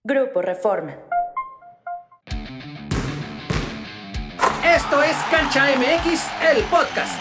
Grupo Reforma. Esto es Cancha MX, el podcast.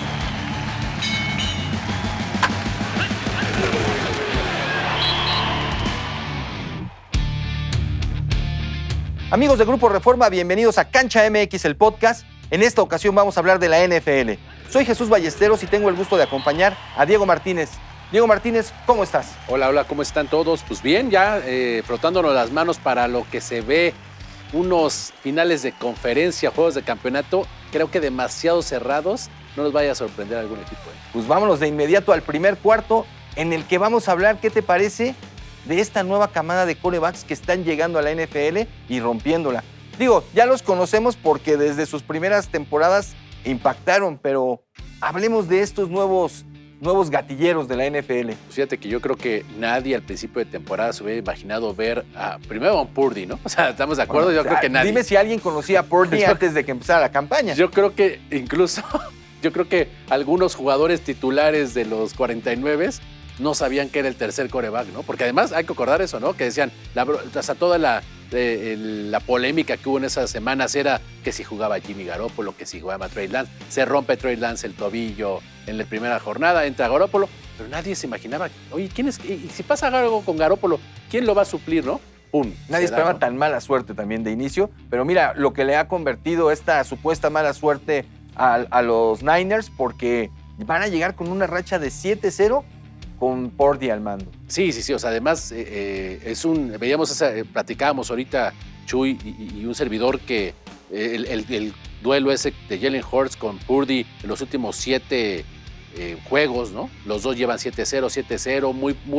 Amigos de Grupo Reforma, bienvenidos a Cancha MX, el podcast. En esta ocasión vamos a hablar de la NFL. Soy Jesús Ballesteros y tengo el gusto de acompañar a Diego Martínez. Diego Martínez, ¿cómo estás? Hola, ¿cómo están todos? Pues bien, ya frotándonos las manos para lo que se ve unos finales de conferencia, juegos de campeonato, creo que demasiado cerrados. No nos vaya a sorprender algún equipo. Pues vámonos de inmediato al primer cuarto, en el que vamos a hablar, ¿qué te parece?, de esta nueva camada de quarterbacks que están llegando a la NFL y rompiéndola. Digo, ya los conocemos porque desde sus primeras temporadas impactaron, pero hablemos de estos nuevos gatilleros de la NFL. Pues fíjate que yo creo que nadie al principio de temporada se hubiera imaginado ver primero a un Purdy, ¿no? O sea, ¿estamos de acuerdo? Bueno, yo creo que nadie. Dime si alguien conocía a Purdy antes de que empezara la campaña. Yo creo que incluso, algunos jugadores titulares de los 49 no sabían que era el tercer quarterback, ¿no? Porque además hay que acordar eso, ¿no? Que decían, toda la polémica que hubo en esas semanas era que si jugaba Jimmy Garoppolo, que si jugaba Trey Lance. Se rompe Trey Lance el tobillo en la primera jornada, entra Garoppolo, pero nadie se imaginaba, oye, y si pasa algo con Garoppolo, ¿quién lo va a suplir, no? ¡Pum! Nadie esperaba tan mala suerte también de inicio, pero mira lo que le ha convertido esta supuesta mala suerte a los Niners, porque van a llegar con una racha de 7-0 con Purdy al mando. Sí, o sea, además platicábamos ahorita Chuy y un servidor que el duelo ese de Jalen Hurts con Purdy en los últimos 7 juegos, ¿no? Los dos llevan 7-0,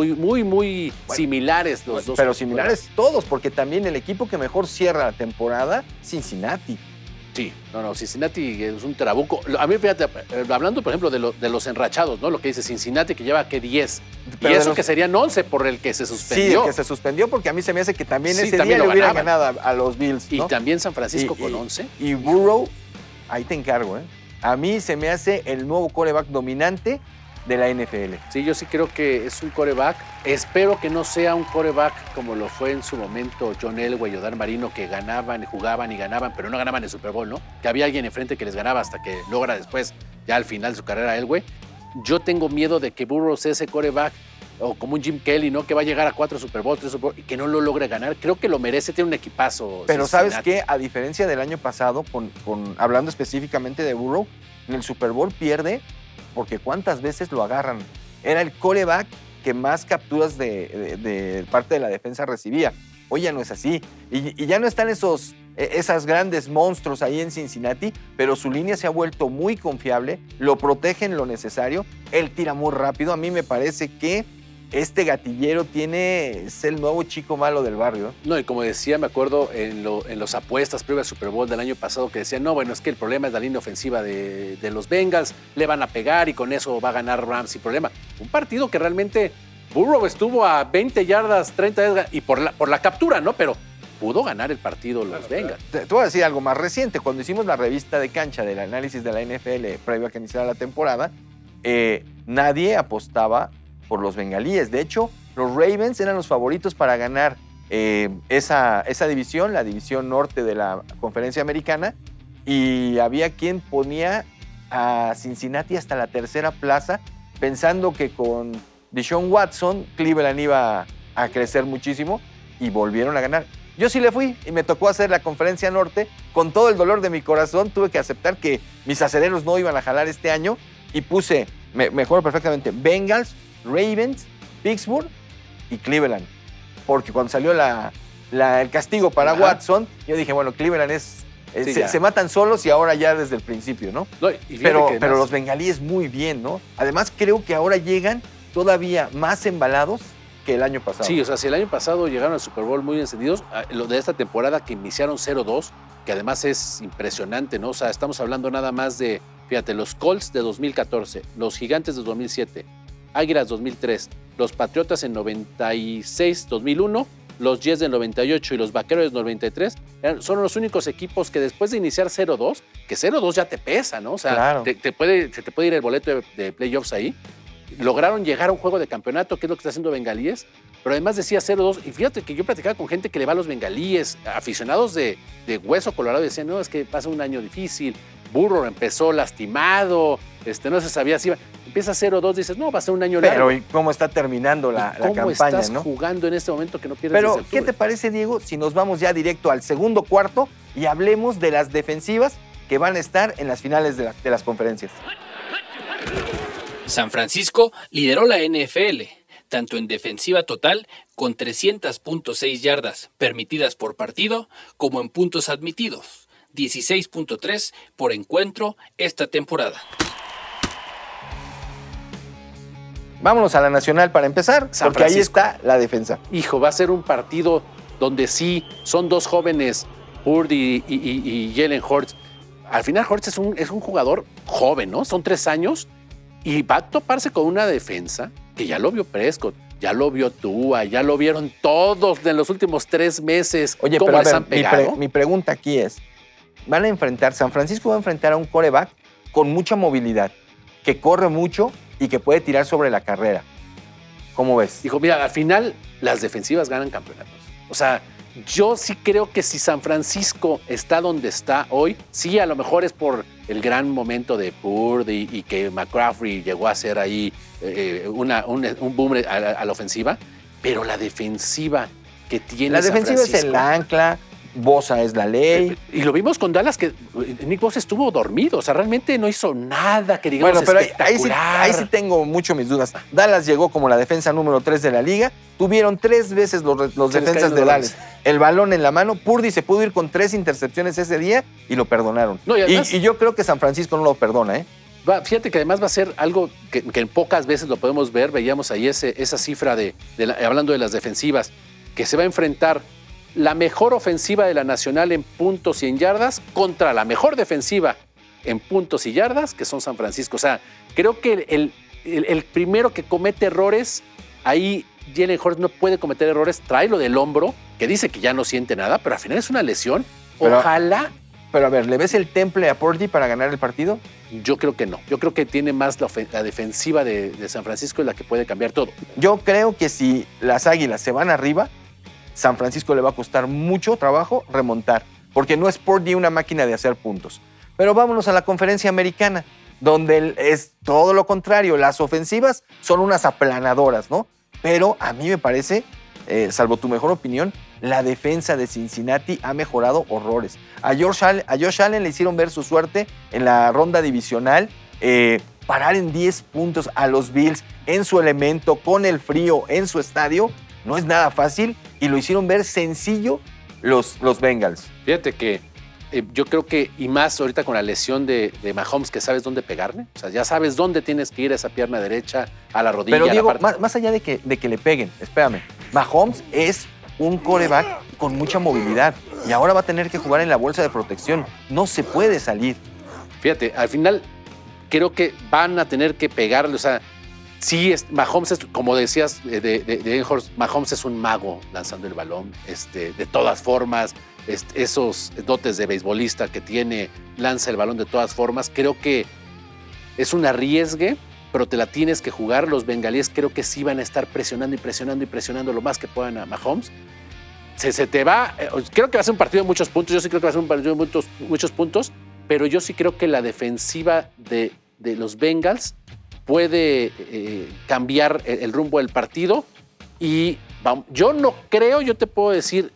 muy similares los dos. Pero similares todos, porque también el equipo que mejor cierra la temporada, Cincinnati. Sí, Cincinnati es un trabuco. A mí, fíjate, hablando, por ejemplo, de los enrachados, ¿no? Lo que dice Cincinnati, que lleva, ¿qué? 10. Pero y eso que serían 11 por el que se suspendió. Sí, el que se suspendió, porque a mí se me hace que también ese también día le hubieran ganado a los Bills, ¿no? Y también San Francisco con 11. Y Burrow, ahí te encargo, ¿eh? A mí se me hace el nuevo quarterback dominante de la NFL. Sí, yo sí creo que es un quarterback. Espero que no sea un quarterback como lo fue en su momento John Elway o Dan Marino, que jugaban y ganaban, pero no ganaban el Super Bowl, ¿no? Que había alguien enfrente que les ganaba hasta que logra después, ya al final de su carrera, Elway. Yo tengo miedo de que Burrow sea ese quarterback, o como un Jim Kelly, ¿no? Que va a llegar a 4 Super Bowls, 3 Super Bowls, y que no lo logre ganar. Creo que lo merece, tiene un equipazo. Pero Cincinnati. ¿sabes qué? A diferencia del año pasado, hablando específicamente de Burrow, en el Super Bowl pierde porque ¿cuántas veces lo agarran? Era el quarterback que más capturas de parte de la defensa recibía. Hoy ya no es así. Y ya no están esas grandes monstruos ahí en Cincinnati, pero su línea se ha vuelto muy confiable, lo protegen lo necesario, él tira muy rápido. A mí me parece que este gatillero es el nuevo chico malo del barrio. No, y como decía, me acuerdo en los apuestas previas al Super Bowl del año pasado que decían, no, bueno, es que el problema es la línea ofensiva de los Bengals, le van a pegar y con eso va a ganar Rams sin problema. Un partido que realmente Burrow estuvo a 20 yardas, 30 yardas y por la captura, ¿no? Pero pudo ganar el partido los Bengals. Te voy a decir algo más reciente. Cuando hicimos la revista de cancha del análisis de la NFL previo a que iniciara la temporada, nadie apostaba por los bengalíes. De hecho, los Ravens eran los favoritos para ganar esa división, la división norte de la conferencia americana, y había quien ponía a Cincinnati hasta la tercera plaza, pensando que con Deshaun Watson, Cleveland iba a crecer muchísimo, y volvieron a ganar. Yo sí le fui y me tocó hacer la conferencia norte. Con todo el dolor de mi corazón, tuve que aceptar que mis acereros no iban a jalar este año y puse, me acuerdo perfectamente, Bengals, Ravens, Pittsburgh y Cleveland. Porque cuando salió el castigo para Watson, yo dije, bueno, Cleveland se matan solos y ahora ya desde el principio, ¿no? Pero los bengalíes muy bien, ¿no? Además, creo que ahora llegan todavía más embalados que el año pasado. Sí, o sea, si el año pasado llegaron al Super Bowl muy encendidos, lo de esta temporada que iniciaron 0-2, que además es impresionante, ¿no? O sea, estamos hablando nada más de, fíjate, los Colts de 2014, los Gigantes de 2007, Águilas 2003, los Patriotas en 96, 2001, los Jets del 98 y los Vaqueros del 93, son los únicos equipos que después de iniciar 0-2, que 0-2 ya te pesa, ¿no? O sea, claro, se te puede ir el boleto de playoffs ahí. Lograron llegar a un juego de campeonato, que es lo que está haciendo Bengalíes, pero además decía 0-2. Y fíjate que yo platicaba con gente que le va a los bengalíes, aficionados de hueso colorado, y decían, no, es que pasa un año difícil. Burrow empezó lastimado, no se sabía si iba. Empieza 0-2, dices, no, va a ser un año largo. Pero ¿y cómo está terminando la campaña, ¿Cómo estás no? jugando en este momento que no pierdes Pero, ese ¿qué te parece, Diego, si nos vamos ya directo al segundo cuarto y hablemos de las defensivas que van a estar en las finales de las conferencias? San Francisco lideró la NFL, tanto en defensiva total, con 300.6 yardas permitidas por partido, como en puntos admitidos, 16.3 por encuentro esta temporada. Vámonos a la nacional para empezar, San porque ahí Francisco. está la defensa. Hijo, va a ser un partido donde sí son dos jóvenes, Purdy y Jalen Hurts. Al final Hurts es un jugador joven, ¿no? Son 3 años y va a toparse con una defensa que ya lo vio Prescott, ya lo vio Tua, ya lo vieron todos en los últimos 3 meses. Oye, cómo pero a les ver, han pegado. mi pregunta aquí es, San Francisco va a enfrentar a un quarterback con mucha movilidad, que corre mucho y que puede tirar sobre la carrera. ¿Cómo ves? Dijo, mira, al final las defensivas ganan campeonatos. O sea, yo sí creo que si San Francisco está donde está hoy, sí, a lo mejor es por el gran momento de Purdy y que McCaffrey llegó a ser ahí un boom a la ofensiva, pero la defensiva que tiene La San defensiva es Francisco, el ancla, Bosa es la ley. y lo vimos con Dallas, que Nick Bosa estuvo dormido, o sea, realmente no hizo nada que digamos Bueno, pero espectacular. ahí sí tengo mucho mis dudas. Dallas llegó como la defensa número 3 de la liga. Tuvieron 3 veces los Se les defensas caen de los Dallas el balón en la mano. Purdy se pudo ir con 3 intercepciones ese día y lo perdonaron. No, y además- y yo creo que San Francisco no lo perdona, ¿eh? Fíjate que además va a ser algo que en pocas veces lo podemos ver. Veíamos ahí esa cifra hablando de las defensivas, que se va a enfrentar la mejor ofensiva de la Nacional en puntos y en yardas contra la mejor defensiva en puntos y yardas, que son San Francisco. O sea, creo que el primero que comete errores, ahí Jalen Hurts no puede cometer errores, trae lo del hombro, que dice que ya no siente nada, pero al final es una lesión. Pero- Ojalá. Pero a ver, ¿le ves el temple a Purdy para ganar el partido? Yo creo que no. Yo creo que tiene más la defensiva de San Francisco, es la que puede cambiar todo. Yo creo que si las Águilas se van arriba, San Francisco le va a costar mucho trabajo remontar, porque no es Purdy una máquina de hacer puntos. Pero vámonos a la conferencia americana, donde es todo lo contrario. Las ofensivas son unas aplanadoras, ¿no? Pero a mí me parece, salvo tu mejor opinión, la defensa de Cincinnati ha mejorado horrores. A Josh Allen le hicieron ver su suerte en la ronda divisional, parar en 10 puntos a los Bills en su elemento, con el frío, en su estadio, no es nada fácil y lo hicieron ver sencillo los Bengals. Fíjate que yo creo que, y más ahorita con la lesión de Mahomes, que sabes dónde pegarle. O sea, ya sabes dónde tienes que ir a esa pierna derecha, a la rodilla. Pero Diego, a la parte. más allá de que le peguen, espérame, Mahomes es un quarterback con mucha movilidad y ahora va a tener que jugar en la bolsa de protección. No se puede salir. Fíjate, al final creo que van a tener que pegarle. O sea, sí, Mahomes es, como decías de Hurts, Mahomes es un mago lanzando el balón. De todas formas, esos dotes de beisbolista que tiene, lanza el balón de todas formas. Creo que es un arriesgue, pero te la tienes que jugar. Los bengalíes creo que sí van a estar presionando y presionando y presionando lo más que puedan a Mahomes. Se te va, creo que va a ser un partido de muchos puntos. Yo sí creo que va a ser un partido de muchos puntos, pero yo sí creo que la defensiva de los Bengals puede cambiar el rumbo del partido. Y yo no creo, yo te puedo decir,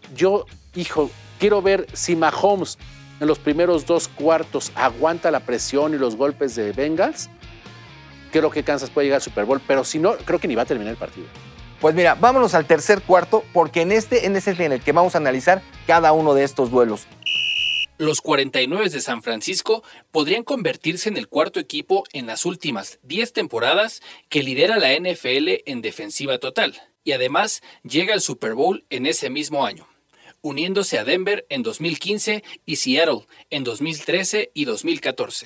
quiero ver si Mahomes en los primeros 2 cuartos aguanta la presión y los golpes de Bengals. Creo que Kansas puede llegar al Super Bowl, pero si no, creo que ni va a terminar el partido. Pues mira, vámonos al tercer cuarto, porque en este es en el que vamos a analizar cada uno de estos duelos. Los 49 de San Francisco podrían convertirse en el cuarto equipo en las últimas 10 temporadas que lidera la NFL en defensiva total, y además llega al Super Bowl en ese mismo año, uniéndose a Denver en 2015 y Seattle en 2013 y 2014.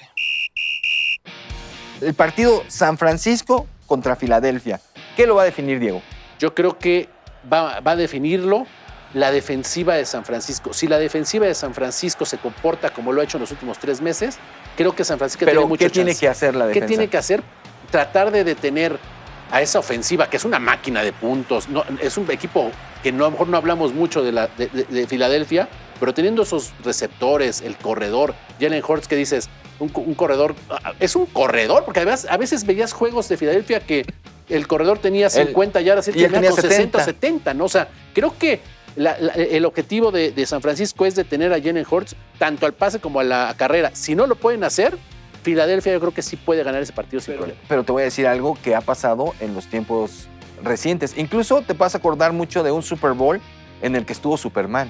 El partido San Francisco contra Filadelfia. ¿Qué lo va a definir, Diego? Yo creo que va a definirlo la defensiva de San Francisco. Si la defensiva de San Francisco se comporta como lo ha hecho en los últimos 3 meses, creo que San Francisco tiene mucho ¿qué chance. tiene que hacer la defensa? ¿Qué tiene que hacer? Tratar de detener a esa ofensiva, que es una máquina de puntos. No, es un equipo que a lo mejor no hablamos mucho de Filadelfia, pero teniendo esos receptores, el corredor, Jalen Hurts, que dices, un corredor, es un corredor, porque además a veces veías juegos de Filadelfia que el corredor tenía 50 yardas, él tenía con 60 o 70, ¿no? O sea, creo que el objetivo de San Francisco es detener a Jalen Hurts tanto al pase como a la carrera. Si no lo pueden hacer, Filadelfia yo creo que sí puede ganar ese partido sin problema. Pero te voy a decir algo que ha pasado en los tiempos recientes. Incluso te vas a acordar mucho de un Super Bowl en el que estuvo Superman.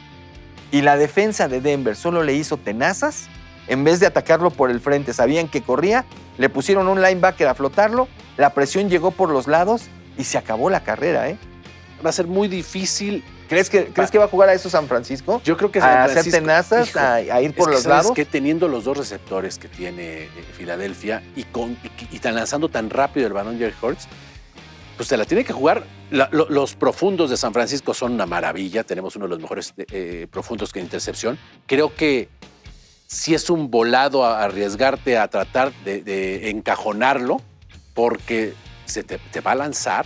Y la defensa de Denver solo le hizo tenazas. En vez de atacarlo por el frente, sabían que corría, le pusieron un linebacker a flotarlo, la presión llegó por los lados y se acabó la carrera, ¿eh? Va a ser muy difícil. ¿Crees que va a jugar a eso San Francisco? Yo creo que San Francisco, a hacer tenazas, hijo, a ir por los lados. Que teniendo los dos receptores que tiene Filadelfia y lanzando tan rápido el balón Jalen Hurts, pues se la tiene que jugar. Los profundos de San Francisco son una maravilla. Tenemos uno de los mejores profundos que en intercepción. Creo que sí es un volado a arriesgarte a tratar de encajonarlo, porque te va a lanzar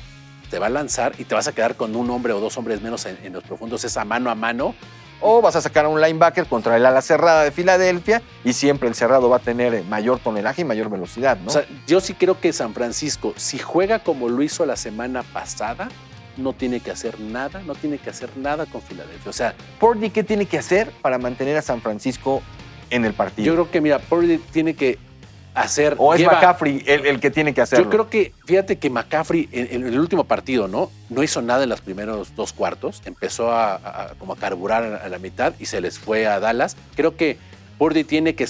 y te vas a quedar con un hombre o dos hombres menos en los profundos, esa mano a mano. O vas a sacar a un linebacker contra el ala cerrada de Filadelfia y siempre el cerrado va a tener mayor tonelaje y mayor velocidad, ¿no? O sea, yo sí creo que San Francisco, si juega como lo hizo la semana pasada, no tiene que hacer nada con Filadelfia. O sea, Purdy, ¿qué tiene que hacer para mantener a San Francisco en el partido? Yo creo que, mira, Purdy tiene que hacer... ¿O es McCaffrey el que tiene que hacerlo? Yo creo que, fíjate que McCaffrey en el último partido, ¿no hizo nada en los primeros 2 cuartos, empezó como a carburar a la mitad y se les fue a Dallas. Creo que Purdy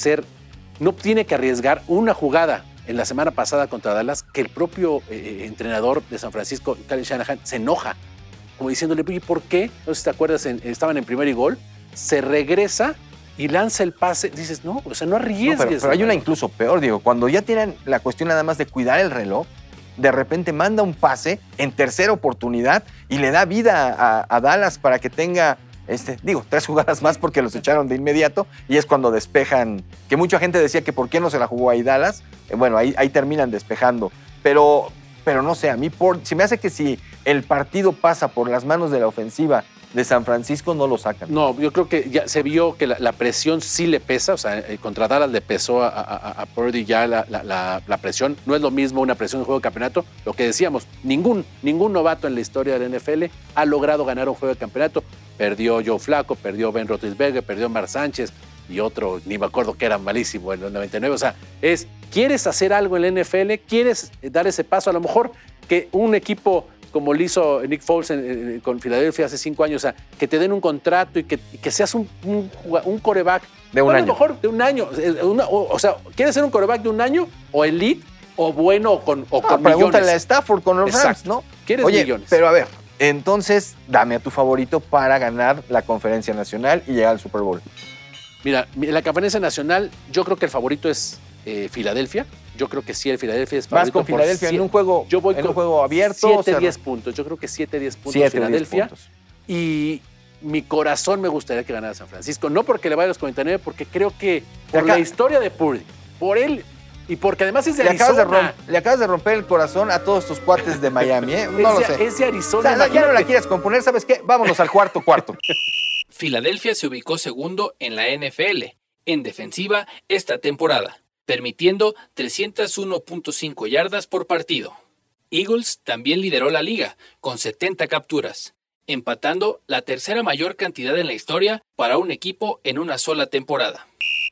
no tiene que arriesgar una jugada en la semana pasada contra Dallas, que el propio entrenador de San Francisco, Kyle Shanahan, se enoja, como diciéndole, oye, ¿por qué? No sé si te acuerdas, estaban en primer y gol, se regresa y lanza el pase, dices, no, o sea, no arriesgues. No, pero hay una incluso peor, Diego. Cuando ya tienen la cuestión nada más de cuidar el reloj, de repente manda un pase en tercera oportunidad y le da vida a Dallas para que tenga, 3 jugadas más porque los echaron de inmediato y es cuando despejan, que mucha gente decía que por qué no se la jugó ahí Dallas. Bueno, ahí terminan despejando. Pero no sé, a mí se me hace que si el partido pasa por las manos de la ofensiva de San Francisco, no lo sacan. No, yo creo que ya se vio que la presión sí le pesa, o sea, contra Dallas le pesó a Purdy ya la presión. No es lo mismo una presión en un juego de campeonato. Lo que decíamos, ningún novato en la historia del NFL ha logrado ganar un juego de campeonato. Perdió Joe Flacco, perdió Ben Roethlisberger, perdió Mark Sánchez y otro, ni me acuerdo que era malísimo en los 99. O sea, ¿quieres hacer algo en la NFL? ¿Quieres dar ese paso? A lo mejor que un equipo como lo hizo Nick Foles con Filadelfia hace 5 años, o sea, que te den un contrato y que seas un quarterback de un año. A lo mejor de un año. O sea, ¿quieres ser un quarterback de un año o elite o bueno o con millones? Pregúntale a Stafford con los Rams, ¿no? ¿Quieres millones? Pero a ver, entonces dame a tu favorito para ganar la Conferencia Nacional y llegar al Super Bowl. Mira, en la Conferencia Nacional yo creo que el favorito es Filadelfia. Yo creo que sí, el Filadelfia es favorito. ¿Vas con Filadelfia en un juego, un juego abierto? 7-10 puntos. Yo creo que 7-10 puntos Filadelfia. Y mi corazón me gustaría que ganara San Francisco. No porque le vaya a los 49, porque creo que por la historia de Purdy, por él y porque además es de Arizona. Le acabas de romper el corazón a todos tus cuates de Miami, ¿eh? No lo sé. Es de Arizona. O sea, ya no la quieres componer, ¿sabes qué? Vámonos al cuarto. Filadelfia se ubicó segundo en la NFL en defensiva esta temporada, permitiendo 301.5 yardas por partido. Eagles también lideró la liga con 70 capturas, empatando la tercera mayor cantidad en la historia para un equipo en una sola temporada.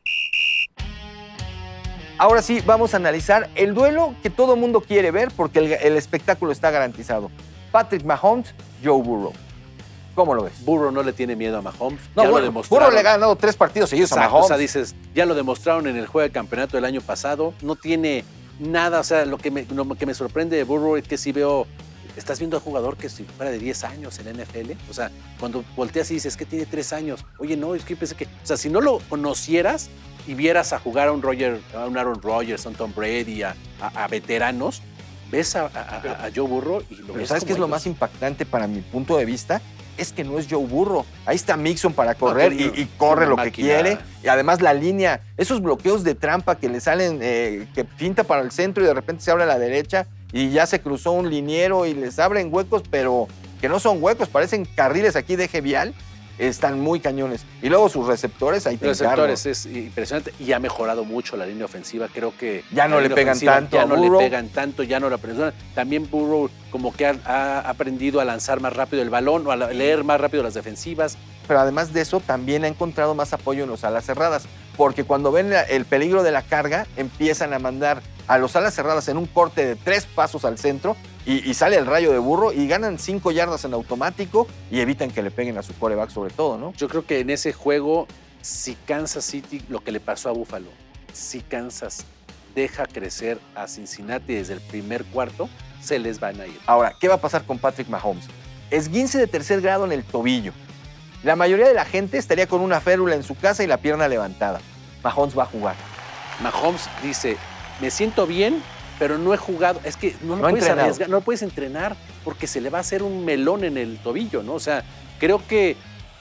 Ahora sí, vamos a analizar el duelo que todo mundo quiere ver porque el espectáculo está garantizado. Patrick Mahomes, Joe Burrow. ¿Cómo lo ves? Burrow no le tiene miedo a Mahomes. No, ya lo demostraron. Burrow le ha ganado 3 partidos seguidos a Mahomes. O sea, dices, ya lo demostraron en el juego de campeonato del año pasado. No tiene nada. O sea, lo que me sorprende de Burrow es que si veo... Estás viendo a un jugador que si fuera de 10 años en la NFL. O sea, cuando volteas y dices que tiene 3 años. Oye, no, es que pensé que... O sea, si no lo conocieras y vieras a jugar a un Aaron Rodgers, a un Tom Brady, a veteranos, ves a Joe Burrow y lo Pero ves. ¿sabes qué es lo más impactante para mi punto de vista? Es que no es Joe Burrow. Ahí está Mixon para correr y corre lo que quiere. Y además la línea, esos bloqueos de trampa que le salen, que pinta para el centro y de repente se abre a la derecha y ya se cruzó un liniero y les abren huecos, pero que no son huecos, parecen carriles aquí de eje vial. Están muy cañones. Y luego sus receptores, ahí te Los encargo. receptores es impresionante y ha mejorado mucho la línea ofensiva. Creo que Ya no la le línea pegan ofensiva tanto ya a no Burrow. le pegan tanto, ya no la presionan. También Burrow como que ha aprendido a lanzar más rápido el balón o a leer más rápido las defensivas. Pero además de eso, también ha encontrado más apoyo en los alas cerradas, porque cuando ven el peligro de la carga, empiezan a mandar a los alas cerradas en un corte de 3 pasos al centro y sale el rayo de Burrow y ganan 5 yardas en automático y evitan que le peguen a su quarterback sobre todo, ¿no? Yo creo que en ese juego, si Kansas City, lo que le pasó a Buffalo, si Kansas deja crecer a Cincinnati desde el primer cuarto, se les van a ir. Ahora, ¿qué va a pasar con Patrick Mahomes? Esguince de 3er grado en el tobillo. La mayoría de la gente estaría con una férula en su casa y la pierna levantada. Mahomes va a jugar. Mahomes dice, me siento bien, pero no he jugado. Es que no puedes entrenado. arriesgar, no puedes entrenar porque se le va a hacer un melón en el tobillo, ¿no? O sea, creo que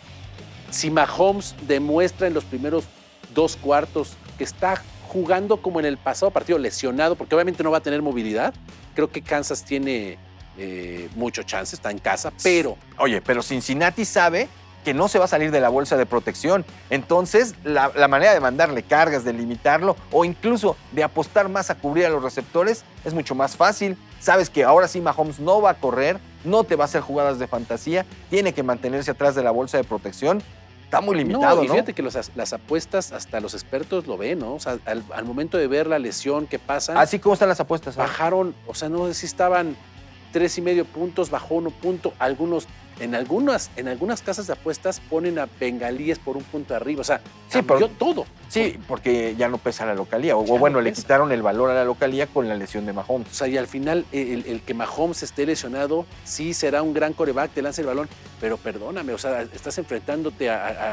si Mahomes demuestra en los primeros 2 cuartos que está jugando como en el pasado partido, lesionado, porque obviamente no va a tener movilidad, creo que Kansas tiene mucho chance, está en casa, pero Oye, pero Cincinnati sabe que no se va a salir de la bolsa de protección. Entonces, la manera de mandarle cargas, de limitarlo o incluso de apostar más a cubrir a los receptores es mucho más fácil. Sabes que ahora sí Mahomes no va a correr, no te va a hacer jugadas de fantasía, tiene que mantenerse atrás de la bolsa de protección. Está muy limitado, ¿no? Y fíjate que las apuestas, hasta los expertos lo ven, ¿no? O sea, al momento de ver la lesión que pasan, Así como están las apuestas. bajaron, o sea, no sé si estaban 3.5 puntos, bajó 1 punto, en algunas casas de apuestas ponen a bengalíes por 1 punto arriba, o sea, Sí, cambió pero- todo. Sí, porque ya no pesa la localía. O Ya no bueno, le pesa. quitaron el valor a la localía con la lesión de Mahomes. O sea, y al final el que Mahomes esté lesionado, sí será un gran quarterback, te lanza el balón, pero perdóname, o sea, estás enfrentándote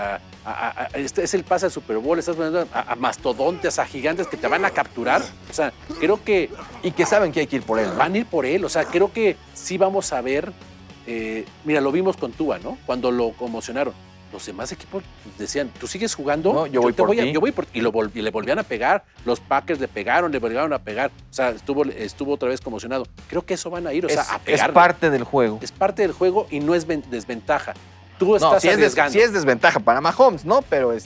es el pase al Super Bowl, estás enfrentando a mastodontes, a gigantes que te van a capturar. O sea, creo que Y que saben que hay que ir por él, ¿no? van a ir por él. O sea, creo que sí vamos a ver. Mira, lo vimos con Tua, ¿no? Cuando lo conmocionaron. Los demás equipos decían, ¿tú sigues jugando? No, yo voy por ti. Yo voy por ti. Y le volvían a pegar. Los Packers le volvieron a pegar. O sea, estuvo otra vez conmocionado. Creo que eso van a ir, o sea, a Es pegar. parte del juego. Es parte del juego y no es desventaja. Tú estás No, sí arriesgando. es desventaja para Mahomes, ¿no?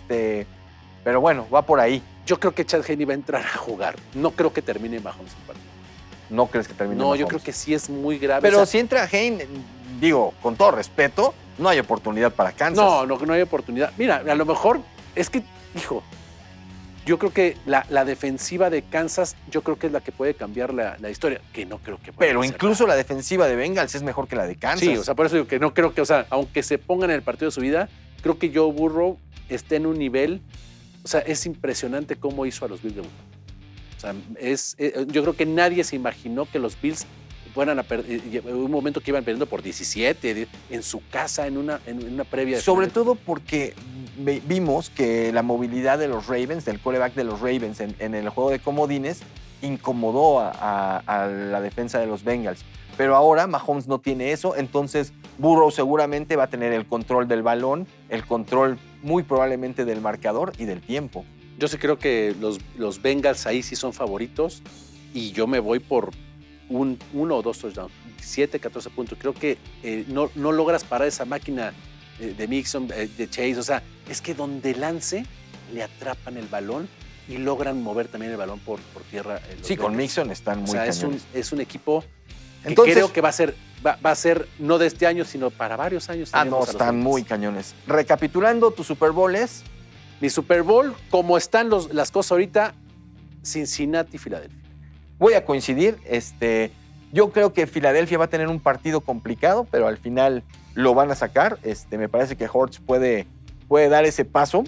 Pero bueno, va por ahí. Yo creo que Chad Henne va a entrar a jugar. No creo que termine Mahomes el partido. ¿No crees que termine No, yo Mahomes? creo que sí es muy grave. Pero O sea, si entra Hayne, digo, con todo respeto, no hay oportunidad para Kansas. no hay oportunidad. Mira, a lo mejor es que, hijo, yo creo que la defensiva de Kansas, yo creo que es la que puede cambiar la historia, que no creo que pueda Pero ser. incluso la defensiva de Bengals es mejor que la de Kansas. Sí, o sea, por eso digo que no creo que, o sea, aunque se pongan en el partido de su vida, creo que Joe Burrow esté en un nivel, o sea, es impresionante cómo hizo a los Bills de Buffalo. O sea, yo creo que nadie se imaginó que los Bills fueran a perder, un momento que iban perdiendo por 17 en su casa, en una previa. Sobre todo porque vimos que la movilidad de los Ravens, del quarterback de los Ravens en el juego de comodines, incomodó a la defensa de los Bengals. Pero ahora Mahomes no tiene eso, entonces Burrow seguramente va a tener el control del balón, el control muy probablemente del marcador y del tiempo. Yo sí creo que los Bengals ahí sí son favoritos y yo me voy por 1 o 2 touchdowns, 7, 14 puntos. Creo que no logras parar esa máquina de Mixon, de Chase. O sea, es que donde lance le atrapan el balón y logran mover también el balón por tierra. Sí, con Mixon están muy O sea, cañones. es un equipo que Entonces- creo que va a ser no de este año, sino para varios años. Ah, no, tenemos a los están Bengals. muy cañones. Recapitulando, tu Super Bowl es... Mi Super Bowl, como están las cosas ahorita, Cincinnati, Filadelfia. Voy a coincidir. Yo creo que Filadelfia va a tener un partido complicado, pero al final lo van a sacar. Me parece que Hurts puede dar ese paso.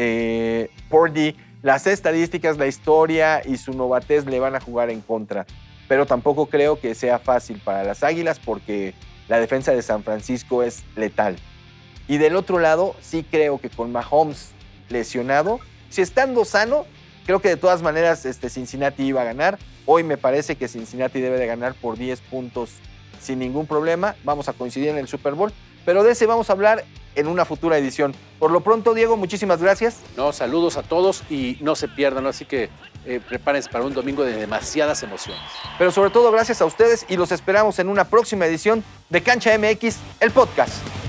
Purdy, las estadísticas, la historia y su novatez le van a jugar en contra. Pero tampoco creo que sea fácil para las Águilas porque la defensa de San Francisco es letal. Y del otro lado, sí creo que con Mahomes lesionado, si estando sano, creo que de todas maneras Cincinnati iba a ganar. Hoy me parece que Cincinnati debe de ganar por 10 puntos sin ningún problema. Vamos a coincidir en el Super Bowl. Pero de ese vamos a hablar en una futura edición. Por lo pronto, Diego, muchísimas gracias. No, saludos a todos y no se pierdan, ¿no? Así que prepárense para un domingo de demasiadas emociones. Pero sobre todo, gracias a ustedes y los esperamos en una próxima edición de Cancha MX, el podcast.